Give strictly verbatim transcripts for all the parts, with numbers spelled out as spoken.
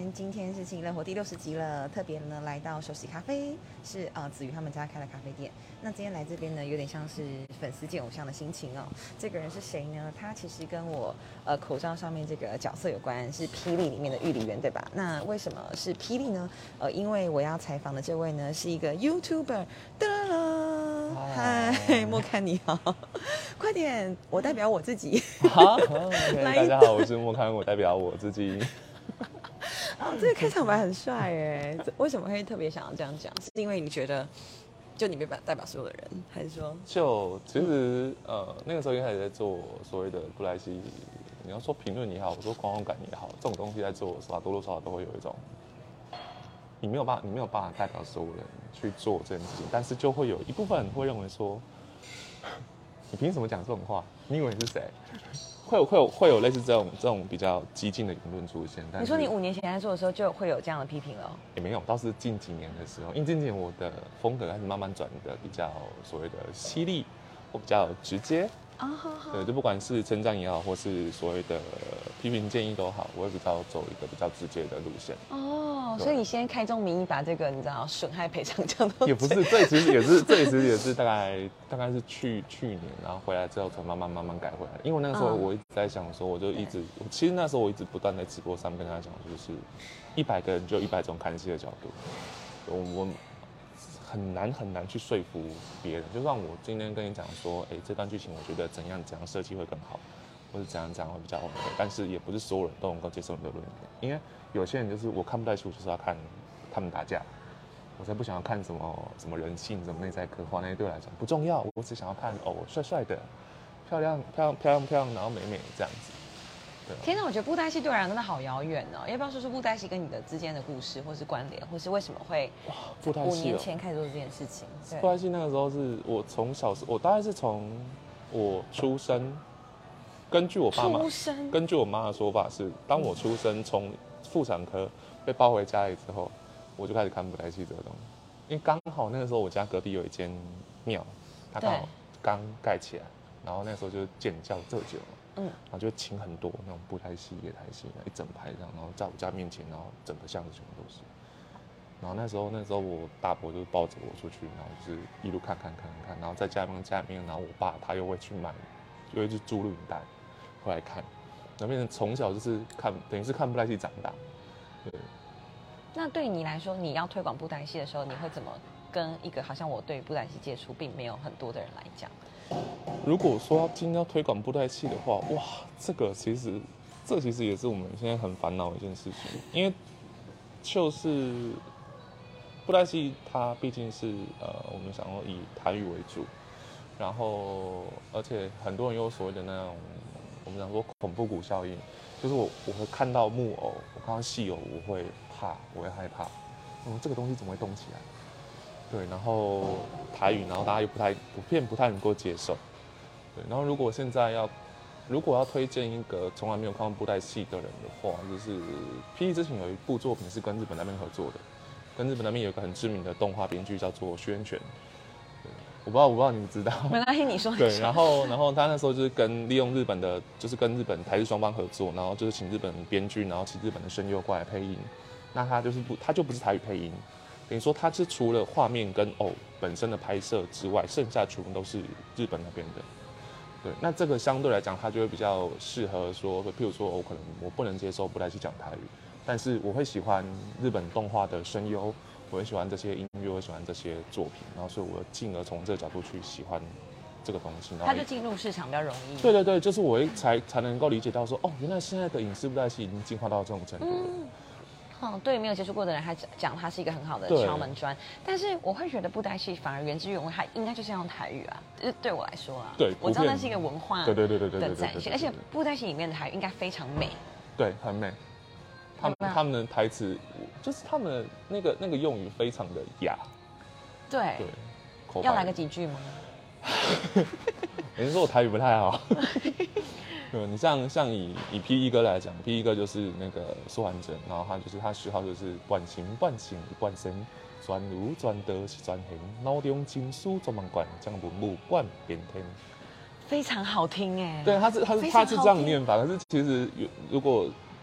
安，今天是新乐活第六十集了，特别呢来到首席咖啡，是呃子瑜他们家开的咖啡店。那今天来这边呢，有点像是粉丝见偶像的心情哦。这个人是谁呢？他其实跟我呃口罩上面这个角色有关，是霹雳里面的玉里园，对吧？那为什么是霹雳呢？呃，因为我要采访的这位呢是一个 YouTuber。哒啦，嗨，莫看你好，快点，我代表我自己。 好，大家好，我是莫看，我代表我自己。 哦，这个开场白很帅哎，为什么会特别想要这样讲？是因为你觉得，就你没办法代表所有的人，还是说？ 就其实呃，那个时候一开始在做所谓的布莱希，你要说评论也好，我说观后感也好，这种东西在做的时候，多多少少都会有一种，你没有办法，你没有办法代表所有人去做这件事情，但是就会有一部分人会认为说，你凭什么讲这种话？你以为你是谁？会有会有会有类似这种这种比较激进的言论出现。但你说你五年前在做的时候就会有这样的批评了？ 也没有，倒是近几年的时候，因为近几年我的风格开始慢慢转的比较所谓的犀利，或比较直接。啊、oh, 好好。对，就不管是称赞也好，或是所谓的批评建议都好，我会比较走一个比较直接的路线。 哦、oh, 所以你先开宗明义把这个你知道损害赔偿讲到。 也不是，这其实也是，这其实也是大概大概是去去年，然后回来之后才慢慢慢慢改回来。因为那个时候我一直在想说，我就一直，其实那时候我一直不断在直播上面跟他讲，就是一百个人就一百种看戏的角度，我我。很难很难去说服别人，就算我今天跟你讲说，哎、欸，这段剧情我觉得怎样怎样设计会更好，或者怎样怎样会比较 OK， 但是也不是所有人都能够接受你的论点，因为有些人就是我看不太出，就是要看他们打架，我才不想要看什么什么人性、什么内在刻画，那些对我来讲不重要，我只想要看哦，帅帅的，漂亮漂亮漂亮漂亮，然后美美这样子。 天哪，我觉得布袋戏对我来讲真的好遥远哦！要不要说说布袋戏跟你的之间的故事，或是关联，或是为什么会布袋戏五年前开始做这件事情？ 布袋戏那个时候是我从小，我大概是从我出生，根据我爸妈，根据我妈的说法是，当我出生从妇产科被抱回家里之后，我就开始看布袋戏这个东西，因为刚好那个时候我家隔壁有一间庙，它刚好刚盖起来，然后那时候就是建教这久。嗯，然后就请很多那种布袋戏、野台戏，一整排这样，然后在我家面前，然后整个巷子全部都是。然后那时候，那时候我大伯就抱着我出去，然后就是一路看看看看，然后在家里面家里面，然后我爸他又会去买，又会去租录影带回来看，然后变成从小就是看，等于是看布袋戏长大。对。 那对你来说，你要推广布袋戏的时候，你会怎么跟一个好像我对布袋戏接触并没有很多的人来讲？ 如果说今天要推广布袋戏的话，哇，这个其实，这其实也是我们现在很烦恼的一件事情，因为就是布袋戏它毕竟是呃，我们想要以台语为主，然后而且很多人有所谓的那种我们讲说恐怖谷效应，就是我我会看到木偶，我看到戏偶，我会怕，我会害怕，嗯，这个东西怎么会动起来？对，然后台语，然后大家又不太普遍不太能够接受。对，然后如果现在要，如果要推荐一个从来没有看过布袋戏的人的话，就是霹雳之前有一部作品是跟日本那边合作的，跟日本那边有一个很知名的动画编剧叫做徐元泉。我不知道，我不知道你们知道。 没关系，你说。 对，然后然后他那时候就是跟利用日本的，就是跟日本台日双方合作，然后就是请日本编剧，然后请日本的声优过来配音。那他就是不，他就不是台语配音。等于说，它是除了画面跟偶本身的拍摄之外，剩下全部都是日本那边的。对，那这个相对来讲，它就会比较适合说，譬如说，我可能我不能接受布袋戏讲台语，但是我会喜欢日本动画的声优，我会喜欢这些音乐，我会喜欢这些作品，然后所以我进而从这个角度去喜欢这个东西。 它就进入市场比较容易。 对对对，就是我才才能够理解到说，哦，原来现在的影视布袋戏已经进化到这种程度了。嗯哦，对没有接触过的人，还讲它是一个很好的敲门砖。但是我会觉得布袋戏反而原汁原味，它应该就是要用台语啊。对我来说啊， 对， 我知道那是一个文化对对对对对的展现，而且布袋戏里面的台语应该非常美。 对，很美。他们他们的台词就是他们的那个那个用语非常的雅。 对。对。要来个几句吗？ 有人说我台语不太好。对，你像像以以霹雳哥来讲，霹雳哥就是那个苏涵哲，然后他就是他嗜好就是半形半形半身，专儒专德是专行，脑中经书专门贯，将文武贯遍天。 非常好听哎。 对，他是他是他是这样念法，可是其实如果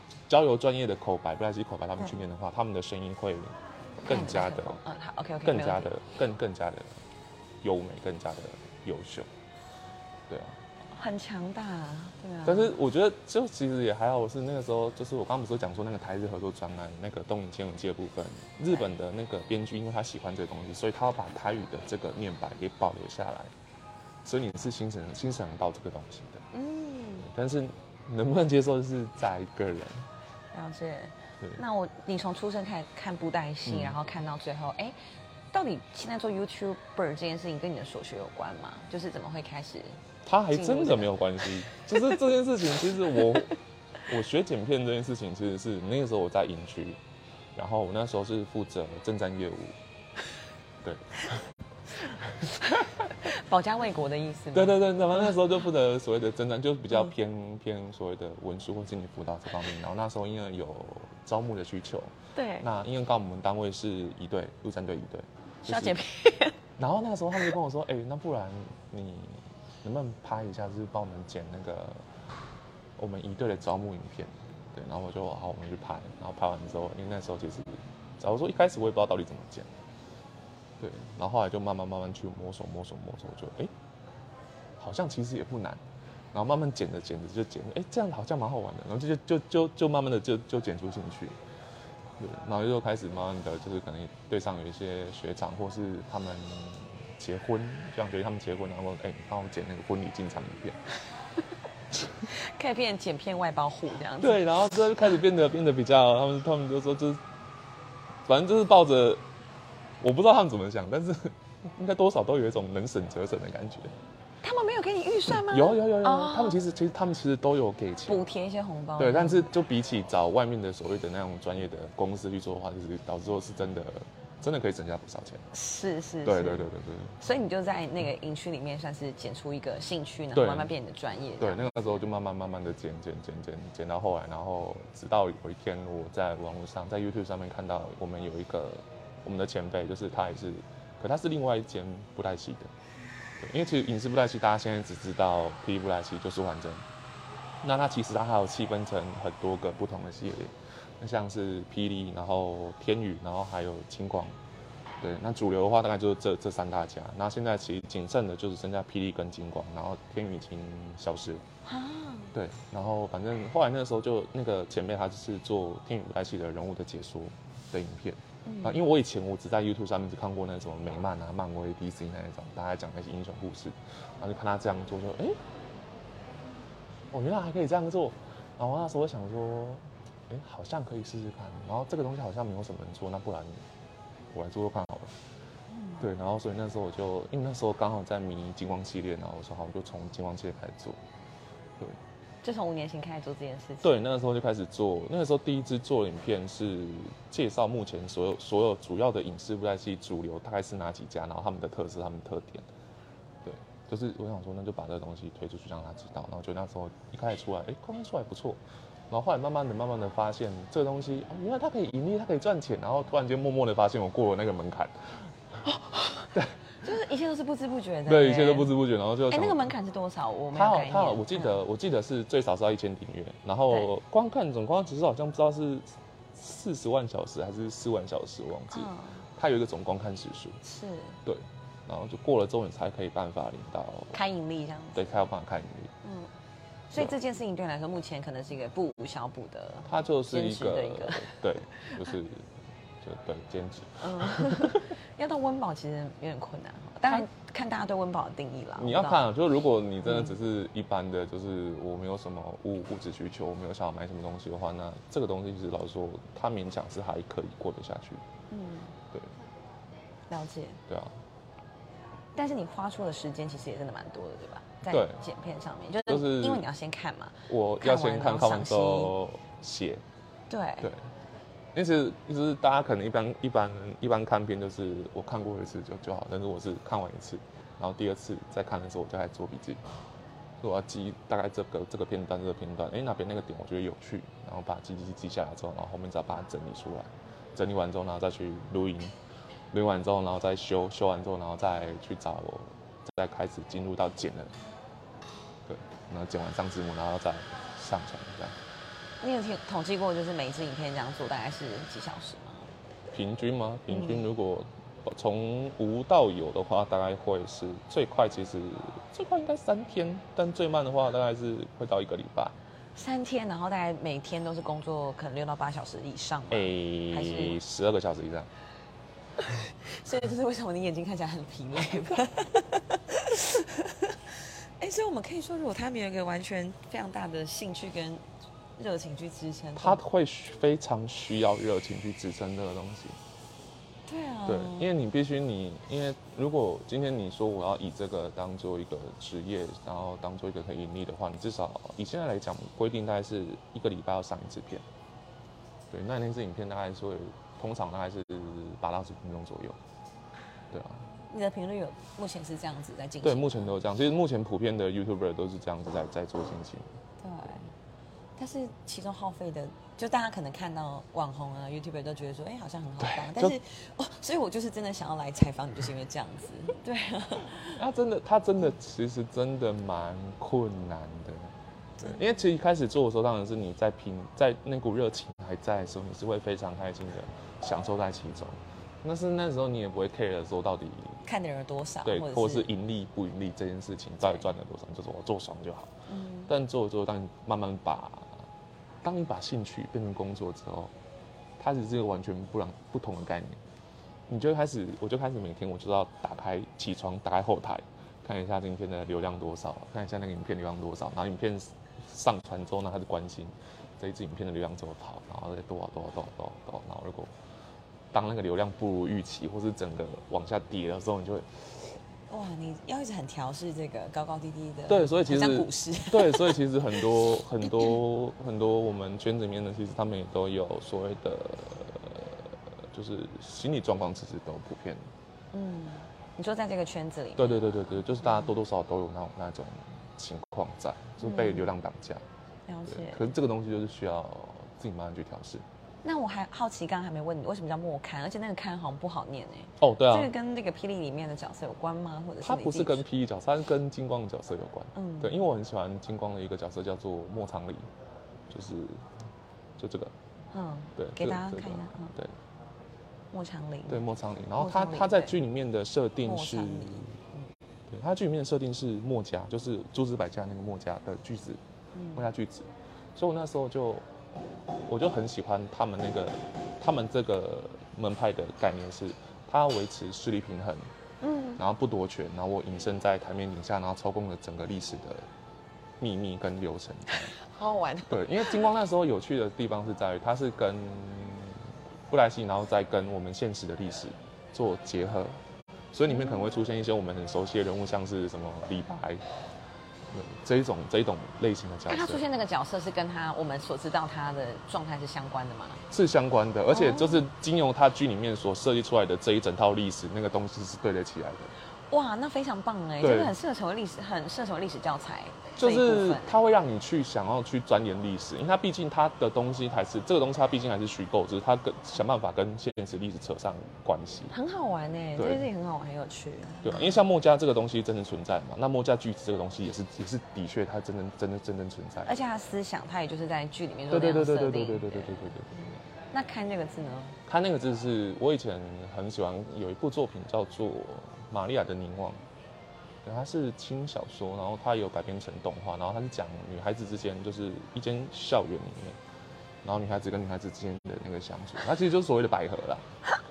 交由专业的口白布袋戏口白他们去念的话，他们的声音会更加的， 嗯，好 ，OK OK， 更加的更更加的优美，更加的优秀，对啊。 很强大，对啊。 但是我觉得，就其实也还好，是那个时候，就是我刚刚不是讲说那个台日合作专案，那个东影千文记的部分，日本的那个编剧，因为他喜欢这个东西，所以他要把台语的这个念白给保留下来，所以你是欣赏欣赏到这个东西的。嗯。但是能不能接受是在个人。 了解。那我你从出生开始看布袋戏，嗯、然后看到最后，哎，到底现在做 YouTuber 这件事情跟你的所学有关吗？就是怎么会开始？ 他还真的没有关系，就是这件事情，其实我我学剪片这件事情，其实是那个时候我在营区，然后我那时候是负责政战业务，对， 保家卫国的意思吗？ 对对对，那么那时候就负责所谓的政战，就比较偏、嗯、偏所谓的文书或心理辅导这方面。然后那时候因为有招募的需求， 对， 那因为刚好我们单位是一队陆战队一队， 需要剪片， 然后那个时候他们就跟我说，哎、欸，那不然你。能不能拍一下，就是帮我们剪那个我们一队的招募影片？对，然后我就好，我们去拍。然后拍完之后，因为那时候其实，假如说一开始我也不知道到底怎么剪，对，然后后来就慢慢慢慢去摸索摸索摸索，就哎、欸，好像其实也不难。然后慢慢剪着剪着就剪，哎、欸，这样好像蛮好玩的。然后就就就就慢慢的就就剪出兴趣，对，然后就开始慢慢的就是可能队上有一些学长或是他们。结婚，就想觉得他们结婚，然后哎，帮、欸、我剪那个婚礼进场影片， 可以变剪片外包户这样子。 对，然后就开始变得变得比较，他们他们就说就是，反正就是抱着，我不知道他们怎么想，但是应该多少都有一种能省则省的感觉。 他们没有给你预算吗？ 有有有有，哦、他们其实其实他们其实都有给钱， 补贴一些红包。 对，但是就比起找外面的所谓的那种专业的公司去做的话，就是导致说是真的。真的可以省下不少钱， 是是， 对对对对对。 所以你就在那个营区里面算是剪出一个兴趣，然后慢慢变你的专业。 对，那个时候就慢慢慢慢的剪剪剪剪剪到后来，然后直到有一天我在网络上，在 YouTube 上面看到我们有一个我们的前辈，就是他也是，可他是另外一间布袋戏的，对，因为其实影视布袋戏大家现在只知道霹雳布袋戏就是完整，那它其实它还有细分成很多个不同的系列。那像是霹雳，然后天宇，然后还有金光，对，那主流的话大概就是这这三大家。那现在其实仅剩的就是剩下霹雳跟金光，然后天宇已经消失了。啊。对，然后反正后来那个时候就那个前辈他就是做天宇布袋戏的人物的解说的影片。嗯。啊，因为我以前我只在 YouTube 上面只看过那种美漫啊、漫威、D C 那一种，大家讲那些英雄故事，然后就看他这样做，说，哎、欸，哦，原来还可以这样做。然后那时候我想说。哎，好像可以试试看。然后这个东西好像没有什么人做，那不然我来做做看好了。嗯、对，然后所以那时候我就，因为那时候刚好在迷金光系列，然后我说好，我就从金光系列开始做。对， 就从五年前开始做这件事情。 对，那个时候就开始做。那个时候第一支做的影片是介绍目前所有所有主要的影视布袋戏主流大概是哪几家，然后他们的特色、他们的特点。对，就是我想说，那就把这个东西推出去，让他知道。然后就那时候一开始出来，哎，刚刚出来不错。然后后来慢慢的、慢慢的发现这个东西，哦，原来它可以盈利，它可以赚钱。然后突然间默默的发现我过了那个门槛， 对，就是一切都是不知不觉的。 对，一切都不知不觉。然后就哎，那个门槛是多少？我没有概念。 它我记得我记得是最少是要一千订阅，然后观看总观看指数好像不知道是四十万小时还是四万小时，我忘记。嗯、它有一个总观看指数。 是。对， 然后就过了之后，你才可以办法领到开盈利这样子。 对，才有办法开盈利。嗯。 所以这件事情对你来说，目前可能是一个不无小补的， 它就是一个，一个对，就是就对兼职。嗯， 要到温饱其实有点困难，当然看大家对温饱的定义啦。 你要看啊，就是如果你真的只是一般的，就是我没有什么物物质需求，我没有想要买什么东西的话，那这个东西其实老实说，它勉强是还可以过得下去。嗯，对， 了解。 对啊。 但是你花出的时间其实也真的蛮多的，对吧？在剪片上面， 就是因为你要先看嘛， 我要先看，看完之后写。 对对，因为其实就是大家可能一般一般一般看片就是我看过一次就就好，但是我是看完一次，然后第二次再看的时候我就开始做笔记，所以我要记大概这个这个片段这个片段，哎哪边那个点我觉得有趣，然后把它记记记下来之后，然后后面再把它整理出来，整理完之后然后再去录音。录完之后，然后再修，修完之后，然后再去找我，再开始进入到剪了，对，然后剪完上字幕，然后再上传这样。 你有统统计过，就是每一支影片这样做大概是几小时吗？ 平均吗？平均如果从无到有的话，大概会是最快，其实最快应该三天，但最慢的话大概是会到一个礼拜。 三天，然后大概每天都是工作可能六到八小时以上吗？ 诶、 还是十二个小时以上。 所以这是为什么你眼睛看起来很疲累吧？哎，所以我们可以说，如果他们有一个完全非常大的兴趣跟热情去支撑， 他会非常需要热情去支撑这个东西。 对啊， 对，因为你必须你，因为如果今天你说我要以这个当做一个职业，然后当做一个可以盈利的话，你至少以现在来讲，规定大概是一个礼拜要上一支片。对，那那支影片大概是通常大概是八到十分钟左右。对啊。 你的频率有目前是这样子在进行？ 对，目前都这样。其实目前普遍的 YouTuber 都是这样子在在做进行。 对，但是其中耗费的，就大家可能看到网红啊 YouTuber 都觉得说，哎、欸，好像很好帮，但是哦，所以我就是真的想要来采访你，就是因为这样子。对啊， 他真的，他真的其实真的蛮困难的。对，因为其实一开始做的时候，当然是你在拼，在那股热情还在的时候，你是会非常开心的享受在其中。但是那时候你也不会 care 说到底看的人有多少， 对， 或者是或是盈利不盈利这件事情到底赚了多少，就是我做爽就好。嗯，但做着做着，当你慢慢把，当你把兴趣变成工作之后，它只是一个完全不然不同的概念。你就开始，我就开始每天我就要打开起床，打开后台，看一下今天的流量多少，看一下那个影片流量多少，然后影片上传之后呢，开始关心这一支影片的流量怎么跑，然后再多少多少多少多少多少，然后如果当那个流量不如预期，或是整个往下跌的时候，你就会， 哇，你要一直很调试这个高高低低的， 对，所以其实像股市， 对，所以其实很多很多很多我们圈子里面的，其实他们也都有所谓的，就是心理状况，其实都普遍。 嗯，你说在这个圈子里， 对对对对对，就是大家多多少少都有那种那种情况在，就是被流量绑架。 了解。 可是这个东西就是需要自己慢慢去调试。 那我还好奇，刚刚还没问你，为什么叫莫刊？而且那个刊好像不好念哎。 哦，对啊。 这个跟那个霹雳里面的角色有关吗？或者是它不是跟霹雳角色，它是跟金光的角色有关。 嗯， 对，因为我很喜欢金光的一个角色叫做莫昌黎，就是就这个。 嗯， 对， 给大家看一下。嗯， 对。 莫昌黎。 对，莫昌黎。然后他他在剧里面的设定是， 嗯， 对，他剧里面的设定是墨家，就是诸子百家那个墨家的句子，墨家句子。所以我那时候就。我就很喜欢他们那个，他们这个门派的概念是，他要维持势力平衡，嗯，然后不夺权，然后我隐身在台面底下，然后操控了整个历史的秘密跟流程， 好好玩。 对，因为金光那时候有趣的地方是在于，它是跟布莱希，然后再跟我们现实的历史做结合，所以里面可能会出现一些我们很熟悉的人物，像是什么李白。这一种这一种类型的角色， 那他出现那个角色是跟他我们所知道他的状态是相关的吗？ 是相关的，而且就是经由他剧里面所设计出来的这一整套历史，那个东西是对得起来的。 哇，那非常棒哎，真的很适合成为历史，很适合成为历史教材。 就是它会让你去想要去钻研历史，因为它毕竟它的东西还是这个东西，它毕竟还是虚构，只是它跟想办法跟现实历史扯上关系。 很好玩哎，这件事情很好玩，很有趣。 对，因为像墨家这个东西真的存在嘛，那墨家句子这个东西也是也是的确它真的真的真正存在， 而且它思想它也就是在剧里面做这样的设定。 对对对对对对对对对对。 那看这个字呢？ 看那个字是我以前很喜欢有一部作品叫做《玛利亚的凝望》。它是轻小说，然后它有改编成动画，然后它是讲女孩子之间，就是一间校园里面，然后女孩子跟女孩子之间的那个相处，它其实就是所谓的百合啦。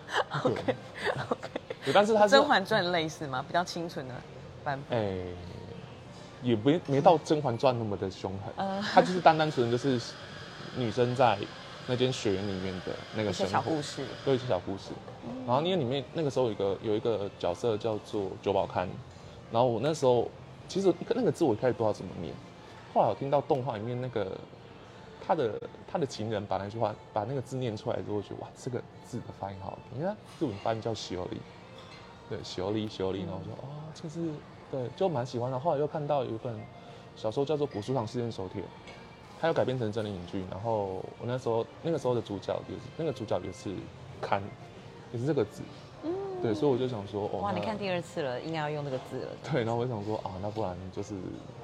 OK OK。 对，但是它是《 甄嬛传》类似吗？比较清纯的版本。 哎、欸，也没没到《甄嬛传》那么的凶狠，呃、它就是单单纯就是女生在那间学院里面的那个生活， 小故事， 对，一些小故事。然后因为里面那个时候有一个有一个角色叫做久保堪。然后我那时候其实那个字我一开始不知道怎么念，后来我听到动画里面那个他的他的情人把那句话把那个字念出来之后，我觉得哇，这个字的发音好好听，因为它日文发音叫喜欧利，对，喜欧利喜欧利，然后我说哦，这是对，就蛮喜欢的。后来又看到有一本小说叫做《古书堂事件手帖》，它又改编成真人影剧，然后我那时候那个时候的主角也是那个主角也是堪，也是这个字。对，所以我就想说，哦， 哇，你看第二次了，应该要用这个字了。 对，然后我就想说啊，那不然就是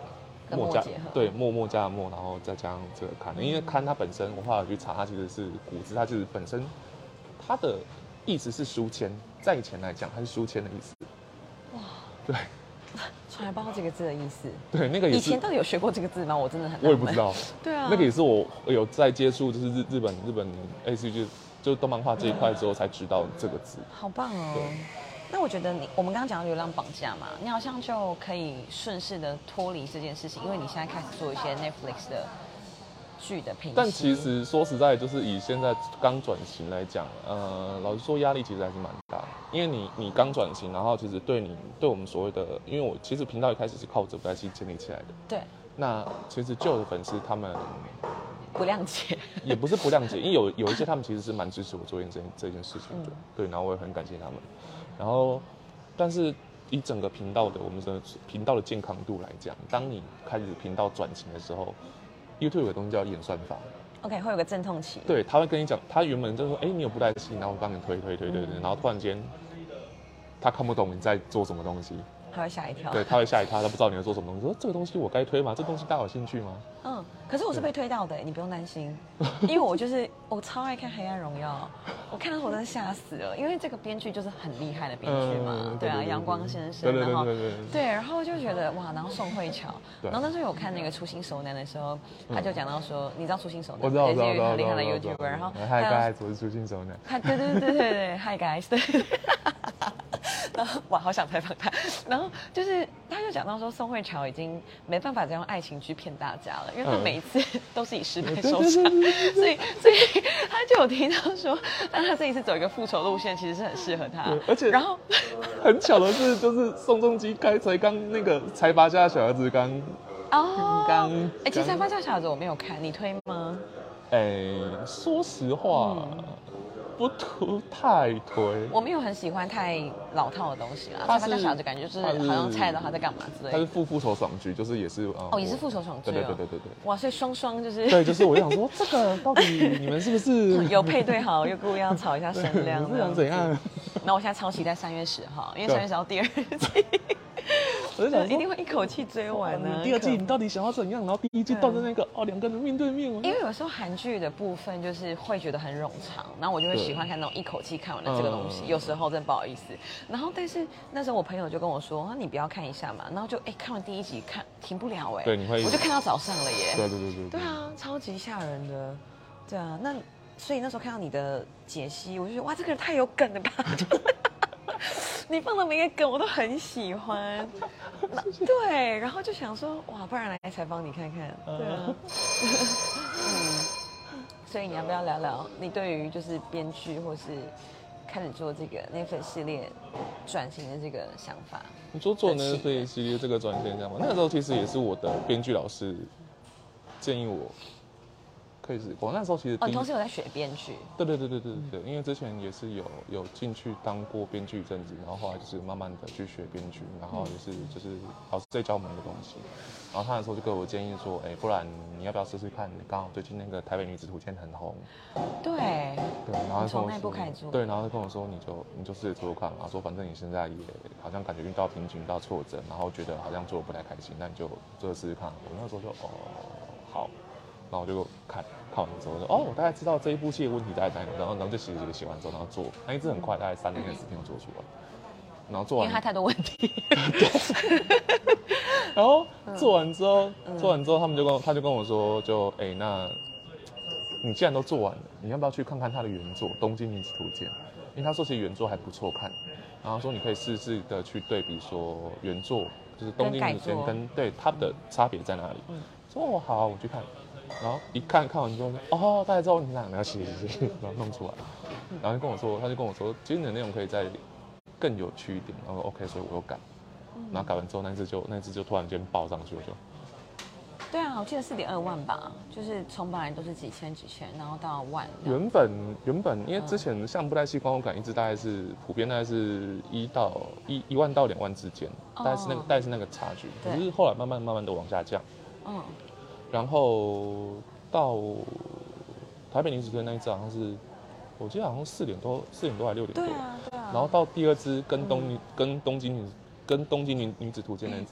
跟墨加墨结合对墨墨加墨，然后再加上这个刊，因为刊它本身我后来去查，它其实是古字，它其实本身它的意思是书签，在以前来讲它是书签的意思。哇，对， 从来不知道这个字的意思。 对，那个也是以前到底有学过这个字吗？我真的很纳闷我也不知道。 对啊， 那个也是我有在接触，就是日日本日本类似于就就动漫画这一块之后才知道这个字。 好棒哦。 对。 那我觉得你，我们刚刚讲到流量绑架嘛，你好像就可以顺势的脱离这件事情，因为你现在开始做一些 Netflix 的剧的评析。 但其实说实在，就是以现在刚转型来讲，呃，老实说压力其实还是蛮大，因为你你刚转型，然后其实对你对我们所谓的，因为我其实频道一开始是靠着不太系建立起来的。 对。 那其实旧的粉丝他们不谅解， 也不是不谅解，因为有有一些他们其实是蛮支持我做这件这件事情的，嗯、对，然后我也很感谢他们。然后，但是以整个频道的我们的频道的健康度来讲，当你开始频道转型的时候 ，YouTube 有个东西叫演算法 ，OK， 会有个阵痛期。 对，他会跟你讲，他原本就说，哎，你有布袋戏，然后我帮你推推推推推，嗯、然后突然间他看不懂你在做什么东西。 他会吓一跳， 对，他会吓一跳，他不知道你在做什么东西。说这个东西我该推吗？这东西大家有兴趣吗？ 嗯，可是我是被推到的，你不用担心，因为我就是我超爱看《黑暗荣耀》，我看到我真的吓死了，因为这个编剧就是很厉害的编剧嘛，嗯、对啊，阳光先生，然后对，然后就觉得哇，然后宋慧乔，然后那时候有看那个《初心手男》的时候，他就讲到说，你知道《初心手男》， 我知道，我知道， 也是一个很厉害的 YouTuber， 然后 Hi guys， 我是初心手男， 他对对对对对 ，Hi guys， 对。然后哇，好想采访他。然后就是他就讲到说，宋慧乔已经没办法再用爱情去骗大家了，因为他每一次都是以失败收场，所以所以他就有提到说，但他这一次走一个复仇路线，其实是很适合他。 而且然后很巧的是，就是宋仲基刚才刚那个财阀家的小儿子刚哦刚哎，其实财阀家小儿子我没有看，你推吗？ 哎，说实话。嗯不图太推， 我没有很喜欢太老套的东西啦。 他是小子感觉就是好像猜得到他在干嘛之类的。 他是复复仇爽剧，就是也是哦，也是复仇爽剧。 对对对对对对。 哇，所以双双就是对，就是我想说这个到底你们是不是有配对好，又故意要炒一下声量？ 是想怎样？ 那我现在超期待三月十号，因为三月十号第二季。我就想一定会一口气追完呢、啊。 第二季你到底想要怎样？然后第一季到的那个哦，两个人面对面。 因为有时候韩剧的部分就是会觉得很冗长，然后我就会喜欢看那种一口气看完的这个东西。有时候真不好意思。然后但是那时候我朋友就跟我说：“那你不要看一下嘛。”然后就哎看完第一集看停不了哎。 对，你会。 我就看到早上了耶。 对对对对。 对啊，超级吓人的。对啊，那所以那时候看到你的解析，我就觉得哇，这个人太有梗了吧。你放的每个梗我都很喜欢，对，然后就想说哇，不然来采访你看看，对啊，嗯，所以你要不要聊聊你对于就是编剧或是开始做这个 Netflix 系列转型的这个想法？ 你说做 Netflix 系列这个转型想法，那个时候其实也是我的编剧老师建议我。可以是，我那时候其实哦，同时有在学编剧。 对对对对对对，因为之前也是有有进去当过编剧一阵子，然后后来就是慢慢的去学编剧，然后也是就是老师在教我们的东西，然后他那时候就给我建议说，哎，不然你要不要试试看？刚好最近那个台北女子图鉴很红。 对。 对，然后从那部开始做。 对，然后就跟我说，你就你就试着做做看，然后说反正你现在也好像感觉遇到瓶颈、遇到挫折，然后觉得好像做的不太开心，那你就做试试看。我那时候就哦好。然后我就看看完之后，我说哦，我大概知道这一部戏的问题大概在哪里，然后然后就写写写完之后，然后做，那一直很快，大概三天的时间就做出来，然后做完， 因为它太多问题。 然后做完之后，嗯、做完之后，他们就跟我他就跟我说，就哎、欸，那你既然都做完了，你要不要去看看他的原作《东京女子图鉴》？因为他说其实原作还不错看，然后说你可以试试的去对比说原作就是《东京女子图鉴》跟对它的差别在哪里。嗯、说哦好，我去看。然后一看看完之后，哦，大概知道问题哪，然后写写写，然后弄出来，然后就跟我说，他就跟我说，其实你的内容可以再更有趣一点。然后 OK， 所以我又改，然后改完之后，那次就那次就突然间爆上去，我就。 对啊，我记得四点二万吧，就是从本来都是几千几千，然后到万。 原本原本因为之前像布袋戏观后感一直大概是普遍大概是一到一一万到两万之间，大概是那个大概是那个差距，可是后来慢慢慢慢的往下降。嗯。然后到台北女子图鉴那一支好像是，我记得好像四点多，四点多还六点多。 对啊，对啊。 然后到第二支跟东、嗯、跟东京女跟东京女女子图鉴那一支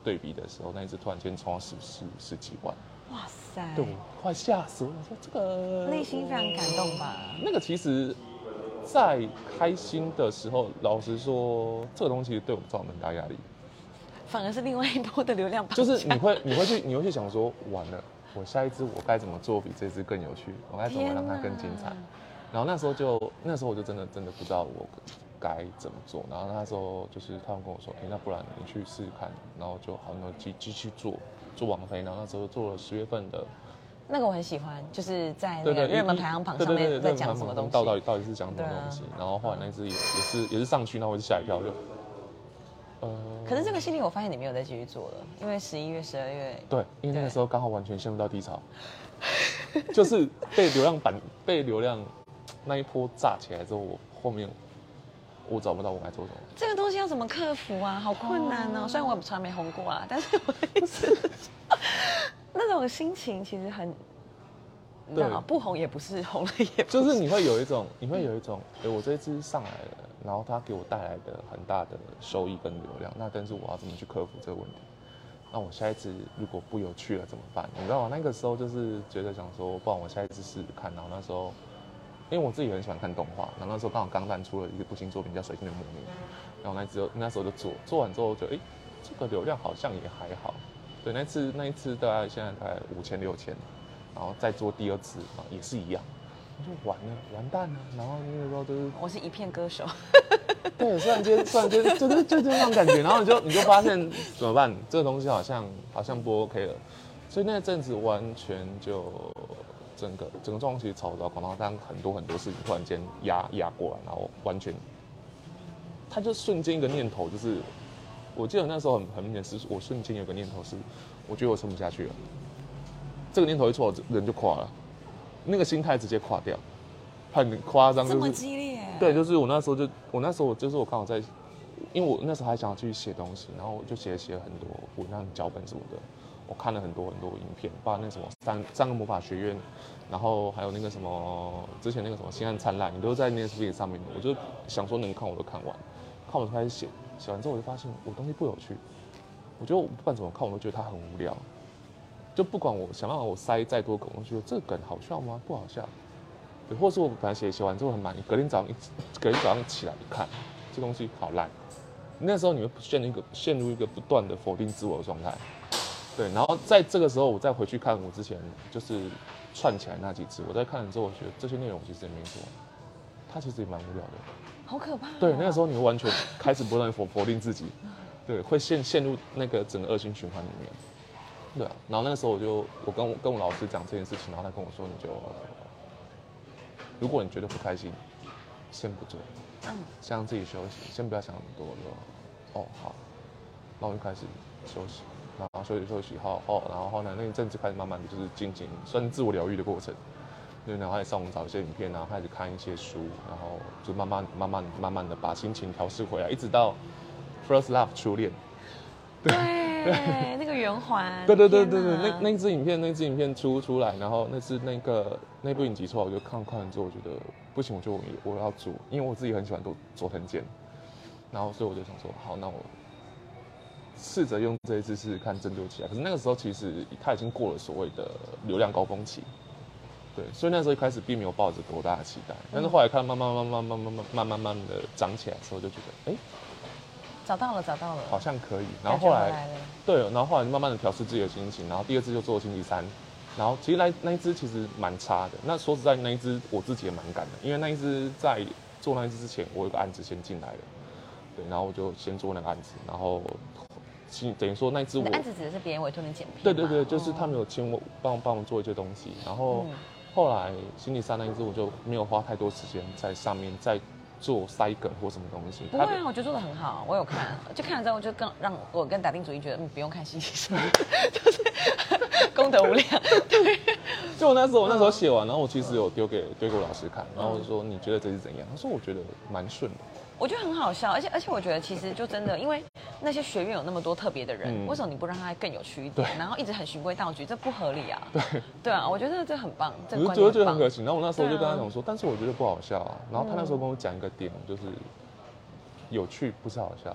对比的时候，那一支突然间冲到十十十几万， 哇塞， 对我快吓死我！我说这个内心非常感动吧？ 那个其实，在开心的时候，老实说，这个东西对我们造成很大压力。 反而是另外一波的流量绑架， 就是你会你会去你会去想说，完了，我下一支我该怎么做比这支更有趣？我该怎么让它更精彩？然后那时候就那时候我就真的真的不知道我该怎么做。然后那时候就是他们跟我说，哎、欸，那不然你去试试看。然后就好，那继继续做做网飞。然后那时候做了十月份的。 那个我很喜欢，就是在那个热门排行榜上面在讲什么东西， 到底到底是讲什么东西？然后后来那支也也是也是上去，然后我就吓一跳，就。 呃，可是这个系列我发现你没有再继续做了，因为十一月、十二月， 对，因为那个时候刚好完全陷入到低潮，就是被流量板被流量那一波炸起来之后，我后面我找不到我该做什么。 这个东西要怎么克服啊？好困难哦！虽然我从来没红过啊，但是我的意思是说，那种心情其实很，对，不红也不是，红了也不是， 就是你会有一种，你会有一种，哎，我这一支上来了。然后它给我带来的很大的收益跟流量，那但是我要怎么去克服这个问题？那我下一次如果不有趣了怎么办？你知道吗？那个时候就是觉得想说，不然我下一次试试看。然后那时候，因为我自己很喜欢看动画，然后那时候刚好钢弹出了一个部新作品叫《水星的魔女》，然后那时候那时候就做，做完之后就哎，这个流量好像也还好。对，那次那一次大概现在大概五千六千，然后再做第二次啊也是一样。我就完了，完蛋了。然后那个时候就是我是一片歌手， 对，突然间突然间就是就就那种感觉，然后你就你就发现怎么办？这个东西好像好像不 OK 了，所以那阵子完全就整个整个状况其实炒到广告单很多很多事情突然间压压过来，然后完全，他就瞬间一个念头就是，我记得那时候很很明显是我瞬间有个念头是，我觉得我撑不下去了，这个念头一出来人就垮了。那个心态直接垮掉，很夸张，就是这么激烈。 对，就是我那时候就，我那时候就是我刚好在，因为我那时候还想要去写东西，然后我就写写了很多文案、脚本什么的，我看了很多很多影片，包括那什么三三个魔法学院，然后还有那个什么之前那个什么星汉灿烂，你都在 Netflix 上面的，我就想说能看我都看完，看完就开始写，写完之后我就发现我东西不有趣，我觉得我不管怎么看我都觉得它很无聊。就不管我想让我塞再多梗，我觉得这个梗好笑吗？不好笑。对，或是我本来写写完之后很满意，隔天早上一隔天早上起来一看，这东西好烂。那时候你会陷入一个陷入一个不断的否定自我的状态。对，然后在这个时候我再回去看我之前就是串起来那几支，我在看了之后，我觉得这些内容其实也没什么，它其实也蛮无聊的。 好可怕、啊。 对，那个时候你会完全开始不断否否定自己，对，会陷陷入那个整个恶性循环里面。对啊，然后那个时候我就我跟我跟我老师讲这件事情，然后他跟我说，你就如果你觉得不开心，先不做，嗯，先让自己休息，先不要想那么多，就哦好，然后我就开始休息，然后休息休息后哦，然后后来那一阵子开始慢慢的就是进行算是自我疗愈的过程，对，然后开始上网找一些影片，然后开始看一些书，然后就慢慢慢慢慢慢的把心情调试回来，一直到 First Love 初恋。 对，那个圆环。 对对对对对，那那支影片，那支影片出出来，然后那是那个那部影集出来，我就看看完之后，我觉得不行，我就我我要做，因为我自己很喜欢做佐藤健，然后所以我就想说，好，那我试着用这一支试试看振作起来。可是那个时候其实他已经过了所谓的流量高峰期，对，所以那时候一开始并没有抱着多大的期待，但是后来看慢慢慢慢慢慢慢慢慢慢的长起来的时候，就觉得哎。欸找到了，找到了， 好像可以。然后后来，来对，然后后来慢慢的调试自己的心情，然后第二支就做星期三，然后其实那那一支其实蛮差的。那说实在，那一支我自己也蛮赶的，因为那一支在做那一支之前，我有个案子先进来了，对，然后我就先做那个案子，然后等于说那一支我案子指的是别人委托你剪片， 对对对，就是他们有请我帮帮我做一些东西，然后后来星期三那一支我就没有花太多时间在上面再。做塞梗或什么东西？ 不会啊，我觉得做的很好，我有看，就看了之后就更让我跟打定主意觉得，嗯，不用看星期三，就是功德无量。对， 就我那时候我那时候写完，然后我其实有丢给丢给我老师看，然后我说你觉得这是怎样？他说我觉得蛮顺的。 我觉得很好笑，而且而且我觉得其实就真的，因为那些学院有那么多特别的人，嗯、为什么你不让他更有趣一点？然后一直很循规蹈矩，这不合理啊。 对对啊，我觉得这很棒，这我就觉得很可惜。然后我那时候就跟他讲说，啊、但是我觉得不好笑啊。然后他那时候跟我讲一个点，就是有趣不是好笑。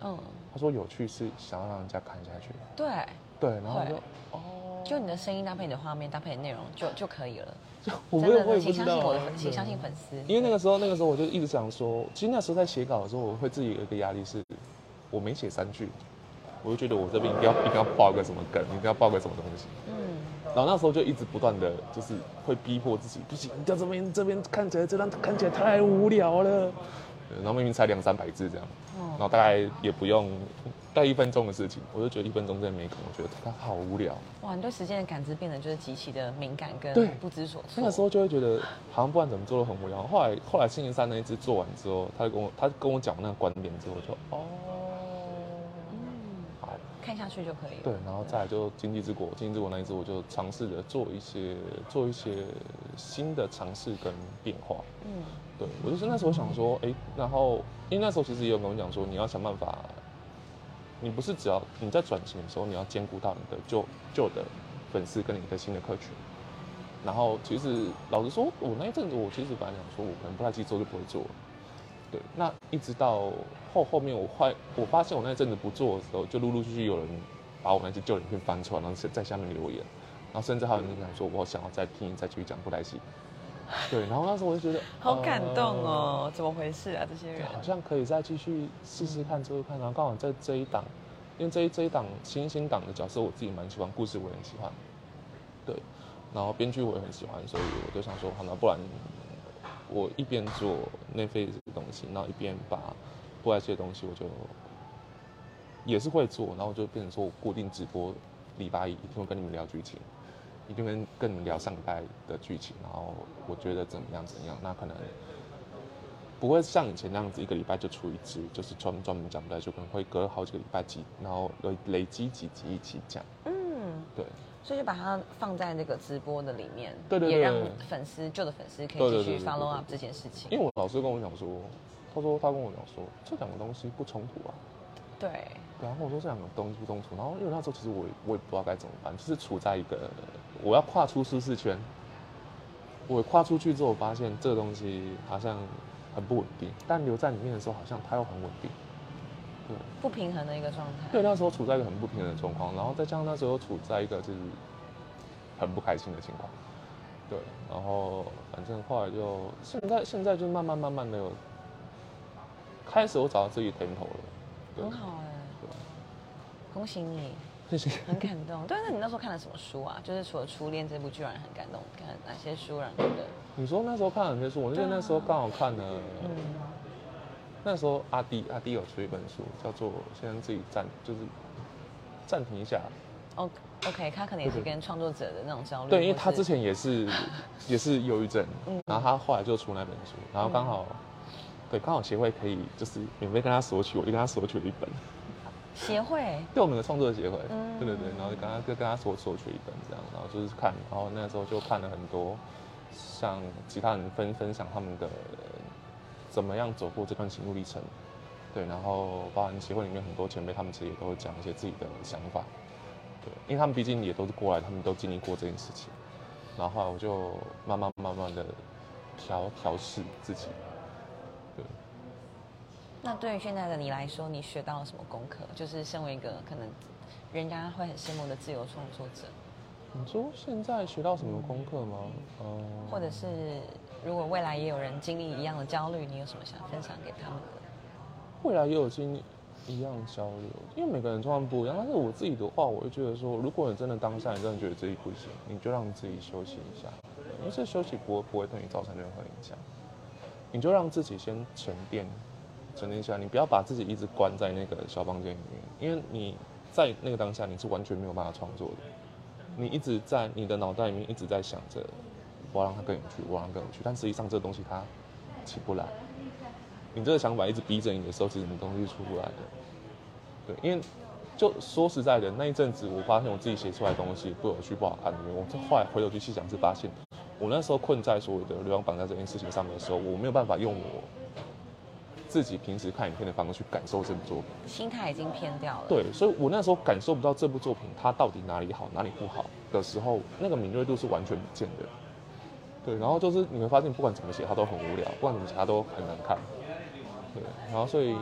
嗯， 他说有趣是想要让人家看下去。 对对，然后我就会哦， 就你的声音搭配你的画面搭配你的内容就就可以了。 就我真的， 我也我也不请相信我的知道啊， 粉，请相信粉丝。 因为那个时候那个时候我就一直想说，其实那时候在写稿的时候，我会自己有一个压力是，我没写三句，我就觉得我这边一定要一定要爆个什么梗，一定要爆个什么东西。 嗯， 然后那时候就一直不断的就是会逼迫自己，不行，你这边这边看起来这张看起来太无聊了，然后明明才两三百字这样， 哦然后大概也不用大概一分钟的事情，我就觉得一分钟真的没梗，我觉得它好无聊。 哇，你对时间的感知变得就是极其的敏感跟对不知所措。 那个时候就会觉得好像不管怎么做都很无聊。后来后来星期三那一支做完之后，他就跟我他跟我讲那个观点之后，我就哦， 嗯， 好。 看下去就可以了。 对，然后再来就经济之国，经济之国那一支我就尝试着做一些做一些新的尝试跟变化。 嗯， 对我就是那时候想说，哎，然后因为那时候其实也有跟我讲说，你要想办法，你不是只要你在转型的时候，你要兼顾到你的旧旧的粉丝跟你的新的客群。然后其实老实说，我那一阵子我其实本来想说，我可能不太记做就不会做了。对，那一直到后后面我坏，我发现我那一阵子不做的时候，就陆陆续续有人把我那些旧影片翻出来，然后在下面留言，然后甚至还有人讲说，我想要再听再继续讲布袋戏。对，然后那时候我就觉得好感动哦，呃、怎么回事啊？这些人好像可以再继续试试看，做做看。然后刚好在这一档，因为这一这一档新兴档的角色，我自己蛮喜欢，故事我也很喜欢。对，然后编剧我也很喜欢，所以我就想说，好，那不然我一边做内飞的东西，然后一边把布袋戏的东西，我就也是会做，然后就变成说我固定直播礼拜一一定会跟你们聊剧情。一定跟跟你们聊上礼拜的剧情，然后我觉得怎么样怎么样，那可能不会像以前那样子一个礼拜就出一支，就是专专门讲布袋戏，就可能会隔好几个礼拜几，然后累累积几集一起讲。 嗯， 对， 所以就把它放在那个直播的里面， 对对对， 也让粉丝旧的粉丝可以继续 follow up 这件事情。 因为我老师跟我讲说，他说他跟我讲说这两个东西不冲突啊。 对。 对啊，或者说这两个东西不冲突，然后因为那时候其实我也我也不知道该怎么办，就是处在一个我要跨出舒适圈，我跨出去之后，我发现这个东西好像很不稳定，但留在里面的时候，好像它又很稳定，对， 不平衡的一个状态。 对，那时候处在一个很不平衡的状况，然后再加上那时候处在一个就是很不开心的情况，对，然后反正后来就现在现在就慢慢慢慢的有开始我找到自己甜头了， 很好哎、欸。恭喜你， 谢谢， 很感动。对，那你那时候看了什么书啊？就是除了《初恋》这部剧让人很感动，看哪些书让人觉得？ 你说那时候看了哪些书？我记得那时候刚好看了，嗯，那时候阿弟阿弟有出一本书，叫做《先自己暂就是暂停一下》。 哦 ，OK， 他可能也是跟创作者的那种焦虑。 对，因为他之前也是也是忧郁症， 嗯， 然后他后来就出那本书，然后刚好，嗯、对，刚好协会可以就是免费跟他索取，我就跟他索取了一本。 协会， 对我们的创作协会， 嗯、 对对对，然后就跟他就跟他索索取一本这样，然后就是看，然后那时候就看了很多，像其他人分分享他们的怎么样走过这段心路历程，对，然后包含协会里面很多前辈，他们其实也都会讲一些自己的想法，对，因为他们毕竟也都是过来，他们都经历过这件事情，然后后来我就慢慢慢慢的调调试自己，对。 那对于现在的你来说，你学到了什么功课？就是身为一个可能人家会很羡慕的自由创作者。 你说现在学到什么功课吗？嗯， 或者是如果未来也有人经历一样的焦虑，你有什么想分享给他们的？ 未来也有经历一样交流，因为每个人状况不一样。但是我自己的话，我会觉得说，如果你真的当下你真的觉得自己不行，你就让自己休息一下，因为这休息不会不会对你造成任何影响，你就让自己先沉淀。沉淀下来，你不要把自己一直关在那个小房间里面，因为你在那个当下你是完全没有办法创作的。你一直在你的脑袋里面一直在想着，我要让它更有趣，我要让它更有趣，但实际上这个东西它起不来。你这个想法一直逼着你的时候，其实你的东西出不来的。对，因为就说实在的，那一阵子我发现我自己写出来的东西不有趣、不好看的，我后来回头去细想，是发现我那时候困在所谓的流量绑架这件事情上面的时候，我没有办法用我自己平时看影片的方式去感受这部作品， 心态已经偏掉了。 对，所以我那时候感受不到这部作品它到底哪里好哪里不好的时候，那个敏锐度是完全不见的。对，然后就是你会发现，不管怎么写它都很无聊，不管怎么写它都很难看。对，然后所以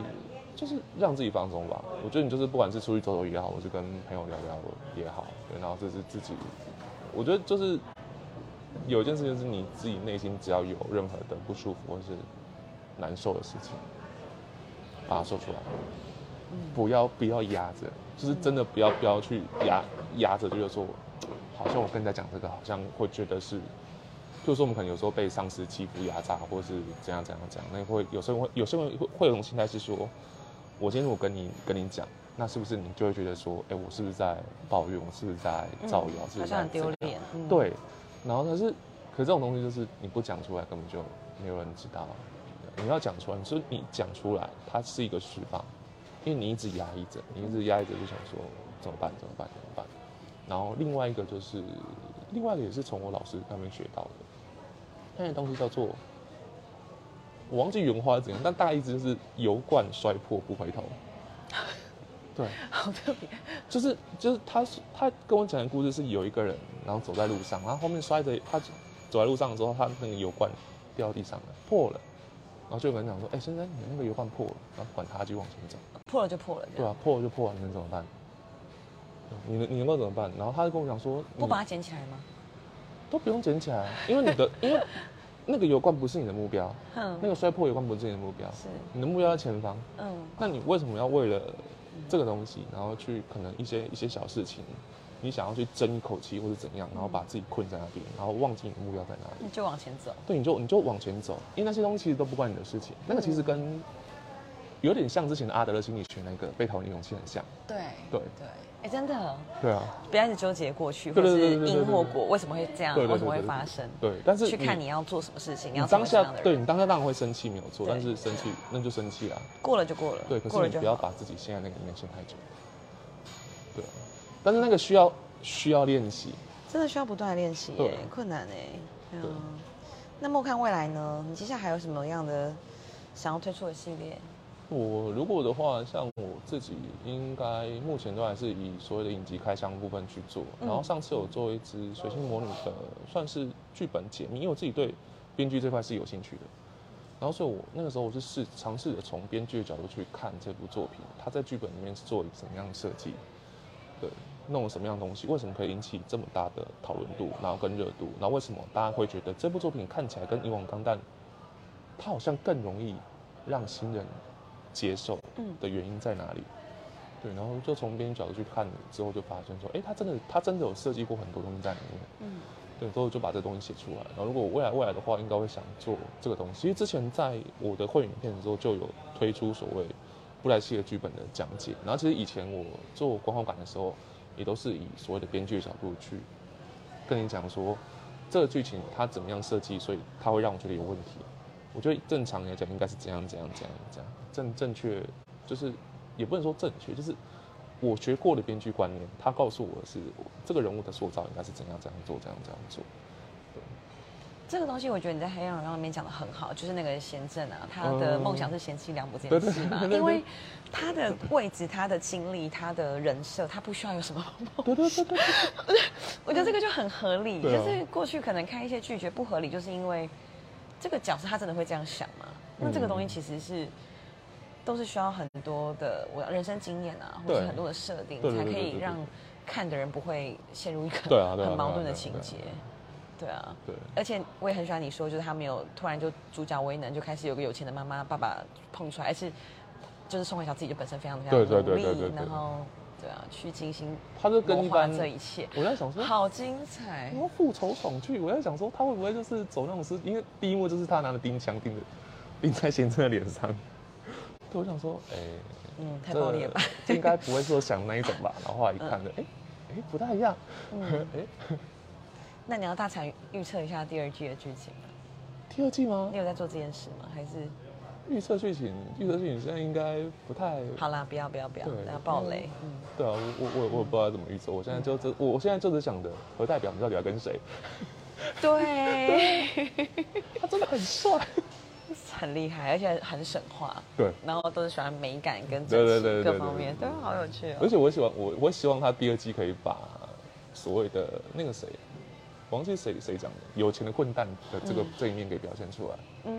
就是让自己放松吧。我觉得你就是不管是出去走走也好，或是跟朋友聊聊也好，对，然后这是自己，我觉得就是有一件事情是你自己内心只要有任何的不舒服或是难受的事情，把它说出来，嗯、不要不要压着，就是真的不要不要去压压着，就是说，好像我跟人家讲这个，好像会觉得是。譬如说，我们可能有时候被上司欺负、压榨，或者是怎样怎样怎样，那会有时候会有些人会会有一种心态是说，我今天如果跟你跟你讲，那是不是你就会觉得说，哎、欸，我是不是在抱怨，我是不是在造谣，嗯、是不是在好像很丢脸？嗯、 对，然后可是，可是这种东西就是你不讲出来，根本就没有人知道。你要讲出来，所以你讲出来，它是一个释放，因为你一直压抑着，你一直压抑着，就想说怎么办？怎么办？怎么办？然后另外一个就是，另外一个也是从我老师那边学到的。那些东西叫做，我忘记原话是怎样，但大概意思就是油罐摔破不回头。对， 好特别。 就是就是他他跟我讲的故事是有一个人，然后走在路上，然后后面摔着他走在路上的时候，他那个油罐掉到地上了，破了，然后就有人讲说，哎、欸，先生，你那个油罐破了，然后管他就往前走。 破了就破了。 对啊，破了就破了，你能怎么办？你能你能够怎么办？然后他就跟我讲说， 不把它捡起来吗？ 都不用捡起来，因为你的因为那个油罐不是你的目标，嗯，那个摔破油罐不是你的目标，是你的目标在前方，嗯，那你为什么要为了这个东西，然后去可能一些一些小事情，你想要去争一口气或者怎样，然后把自己困在那边，然后忘记你的目标在哪里？ 你就往前走， 对，你就你就往前走，因为那些东西其实都不关你的事情，那个其实跟有点像之前的阿德勒心理学那个被讨厌勇气很像， 对对对。哎、欸，真的， 对啊， 不要一直纠结过去，或者是因或果，为什么会这样，为什么会发生？ 对，但是去看你要做什么事情，你要当下，对你当下当然会生气，没有错，但是生气那就生气啦， 过了就过了， 对，可是你不要把自己陷在那个里面陷太久，对，但是那个需要需要练习， 真的需要不断的练习，哎，困难哎，对啊。那么看未来呢？你接下来还有什么样的想要推出的系列？ 我如果的话，像我自己应该目前都还是以所谓的影集开箱部分去做。然后上次有做一支《水星魔女》的，算是剧本解密，因为我自己对编剧这块是有兴趣的。然后所以我那个时候我是试尝试着从编剧的角度去看这部作品，它在剧本里面是做一个什么样的设计，对，弄了什么样的东西，为什么可以引起这么大的讨论度，然后跟热度，然后为什么大家会觉得这部作品看起来跟以往钢弹，它好像更容易让新人接受的原因在哪里？嗯、对，然后就从编剧角度去看之后，就发现说，哎、欸，他真的他真的有设计过很多东西在里面。嗯，对，所以就把这东西写出来。然后如果我未来未来的话，应该会想做这个东西。因为之前在我的会员影片的时候就有推出所谓布莱希的剧本的讲解。然后其实以前我做观后感的时候，也都是以所谓的编剧的角度去跟你讲说，这个剧情它怎么样设计，所以它会让我觉得有问题。我觉得正常来讲应该是怎样怎样怎样怎样正正确，就是也不能说正确，就是我学过的编剧观念，他告诉我的是这个人物的塑造应该是怎样怎样做，怎样怎样做。对， 这个东西我觉得你在《黑暗荣耀》里面讲的很好，就是那个贤正啊，他的梦想是贤妻良母这件事嘛，因为他的位置、他的经历、他的人设，他不需要有什么梦想。对对对对对，我觉得这个就很合理，啊、就是过去可能看一些剧觉不合理，就是因为。这个角色他真的会这样想吗？那这个东西其实是、嗯、都是需要很多的我人生经验啊，或者很多的设定，才可以让看的人不会陷入一个很矛盾的情节。对啊，对。而且我也很喜欢你说，就是他没有突然就主角为能就开始有个有钱的妈妈爸爸碰出来，而是就是宋慧乔自己就本身非常非常努力，然后。对啊，去精心他就跟一般这一切， 我在想说， 好精彩。 然后复仇爽剧，我在想说，他会不会就是走那种是，因为第一幕就是他拿着钉枪钉的，钉在贤正的脸上。对，我想说，哎、欸， 嗯，太暴力了吧？ 这应该不会说想那一种吧？然后后来一看的，哎、嗯，哎、欸欸，不太一样。嗯，哎、欸， 那你要大胆预测一下第二季的剧情吗？ 第二季吗？ 你有在做这件事吗？还是？ 预测剧情，预测剧情现在应该不太好啦，不要不要不要，等下爆雷。嗯， 对啊，我我我我不知道怎么预测，我现在就只我我现在就只想着何代表你到底要跟谁？ 对， 他真的很帅， 很厉害，而且很神话。 对， 然后都是喜欢美感跟整齐各方面，对，好有趣哦。 而且我喜欢我我希望他第二季可以把所谓的那个谁，我忘记谁谁讲的，有钱的混蛋的这个、嗯、这一面给表现出来。嗯。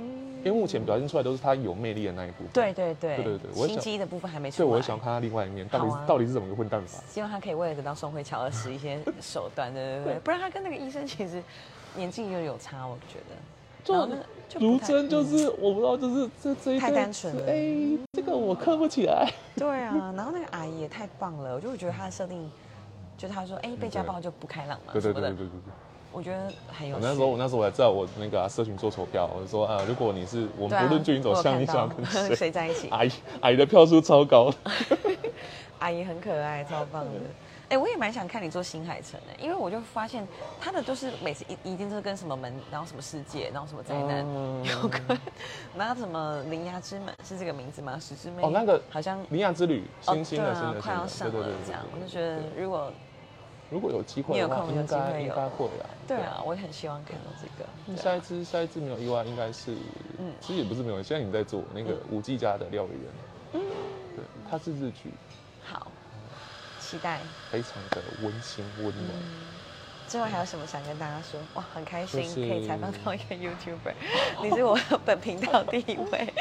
因为目前表现出来都是他有魅力的那一部分。 对对对对对对，我心机的部分还没出对， 来。 我也想看他另外一面，到底、 啊、 到底是怎么个混蛋法？ 希望他可以为了得到宋慧乔而使一些手段，对对对，不然他跟那个医生其实年纪又有差，我觉得。 就如真就是、嗯、我不知道，就是这这一太单纯了。 哎、欸，这个我磕不起来。 对啊，然后那个阿姨也太棒了，我就觉得她的设定，就是她说，哎、欸，被家暴就不开朗嘛， 对对对对对对对。 我觉得很有趣。 我那时候我那时候我才知道我那个、啊、社群做投票，我就说啊，如果你是我们不论剧情走向，啊、你想要跟谁谁在一起？ 阿姨阿姨的票数超高。 阿姨很可爱，超棒的。哎、欸，我也蛮想看你做新海诚的，因为我就发现他的都是每次一一定都是跟什么门，然后什么世界，然后什么灾难有关，嗯、然后什么铃芽之门是这个名字吗？石之妹哦，那个好像铃芽之旅新新的、 哦、 新的快要上了，这样我就觉得如果如果有机会的话，应该应该会啊。 对啊，我也很希望看到这个。 下一支下一支没有意外，应该是嗯，其实也不是没有，现在你在做那个五 G 家的料理人，嗯，对，它是日剧。 好。期待， 非常的温馨温暖。 嗯、最后还有什么想跟大家说？哇，很开心、就是、可以采访到一个 YouTuber， 你是我本频道第一位。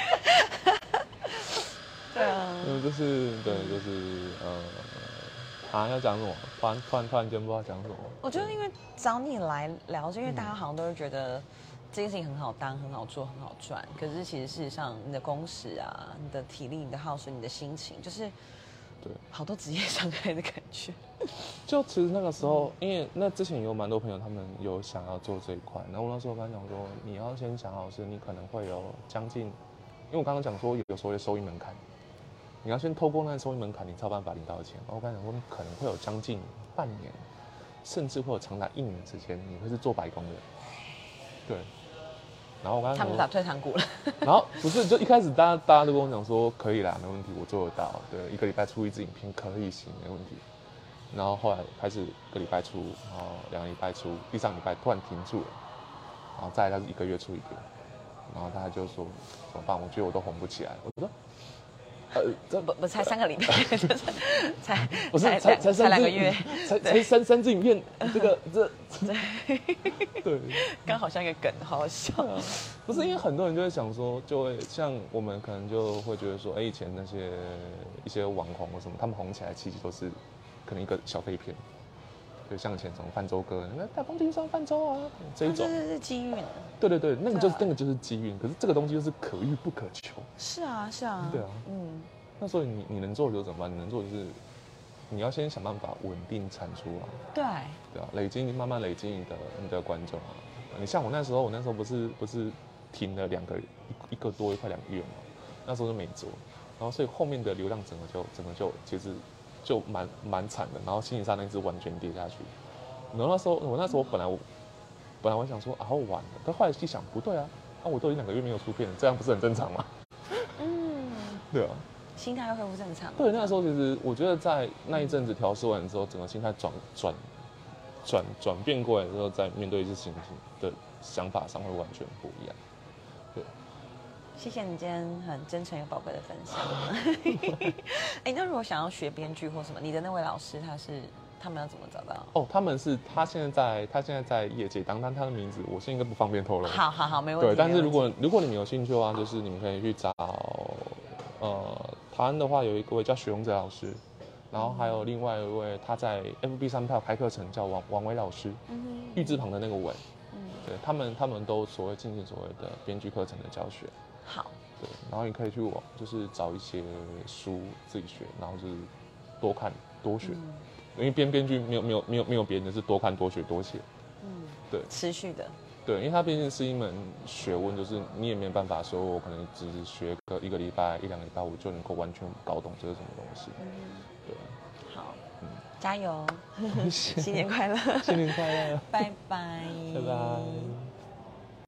对啊， 嗯，就是对，就是呃，啊，要讲什么？突然突然突然间不知道讲什么。 我觉得因为找你来聊，是因为大家好像都是觉得这件事情很好当、很好做、很好赚，可是其实事实上，你的工时啊、你的体力、你的耗损、你的心情，就是。 对， 好多职业伤害的感觉。 就其实那个时候，因为那之前有蛮多朋友，他们有想要做这一块。然后我那时候跟他讲说，你要先想好是，你可能会有将近，因为我刚刚讲说有所谓的收益门槛，你要先透过那个收益门槛，你才有办法领到钱。然后我刚才讲说，你可能会有将近半年，甚至会有长达一年之间，你会是做白工的。对。然后我刚才他们打退堂鼓了。 然后不是，就一开始大家大家都跟我讲说可以啦，没问题，我做得到。对，一个礼拜出一支影片可以行，没问题。然后后来开始一个礼拜出，然后两个礼拜出，第三个礼拜突然停住了，然后再来他是一个月出一个，然后他就说怎么办？我觉得我都红不起来。我说，呃， 这不不才三个礼拜，就是才不是才才才两个月， 才才三三支影片，这个这对， 刚好像一个梗，好好笑。 不是因为很多人就会想说，就会像我们可能就会觉得说，哎，以前那些一些网红或什么，他们红起来其实都是可能一个小废片，对，像以前什么泛舟哥，那大风顶上泛舟啊这一种， 这是机运。 对对对，那个就是那个就是机运，可是这个东西就是可遇不可求。 是啊是啊。 对啊，嗯，那所以你你能做的就是怎么办？你能做的就是。你要先想办法稳定产出啊， 对， 对啊，累积慢慢累积你的你的观众啊。你像我那时候，我那时候不是不是停了两个一个多快两个月嘛，那时候就没做，然后所以后面的流量整个就整个就其实就蛮蛮惨的，然后星期三那只完全跌下去。然后那时候我那时候我本来我本来我想说啊好晚了，但后来一想不对啊，啊我都已经两个月没有出片了，这样不是很正常吗？嗯，对啊。 心态又恢复正常。 对，那时候其实我觉得在那一阵子调试完之后，整个心态转转转转变过来之后，在面对一些事情的想法上会完全不一样。对， 谢谢你今天很真诚又宝贵的分享。哎、欸，那如果想要学编剧或什么，你的那位老师他是他们要怎么找到？ 哦，他们是他现在在他现在在业界当，但他的名字我现在应该不方便透露。 好好好，没问题。 对，但是如果如果你们有兴趣的话，就是你们可以去找。呃，台湾的话有一位叫许荣哲老师，然后还有另外一位他在 F B 上票开课程叫王王伟老师，嗯，玉字旁的那个伟，嗯，对他们他们都所谓进行所谓的编剧课程的教学。 好， 对，然后你可以去网就是找一些书自己学，然后就是多看多学，嗯、因为编编剧没有没有没有没有别人的是多看多学多写，嗯，对， 持续的。对， 因为它毕竟是一门学问，就是你也没有办法说，我可能只是学个一个礼拜、一两个礼拜，我就能够完全搞懂这是什么东西。嗯， 对。好，嗯，加油，新年快乐， 新年快乐， 拜拜， 拜拜。